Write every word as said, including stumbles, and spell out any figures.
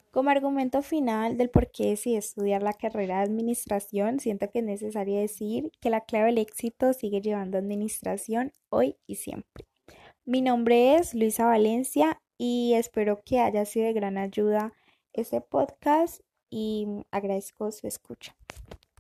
Como argumento final del por qué decidí estudiar la carrera de administración, siento que es necesario decir que la clave del éxito sigue llevando administración hoy y siempre. Mi nombre es Luisa Valencia y espero que haya sido de gran ayuda este podcast y agradezco su escucha.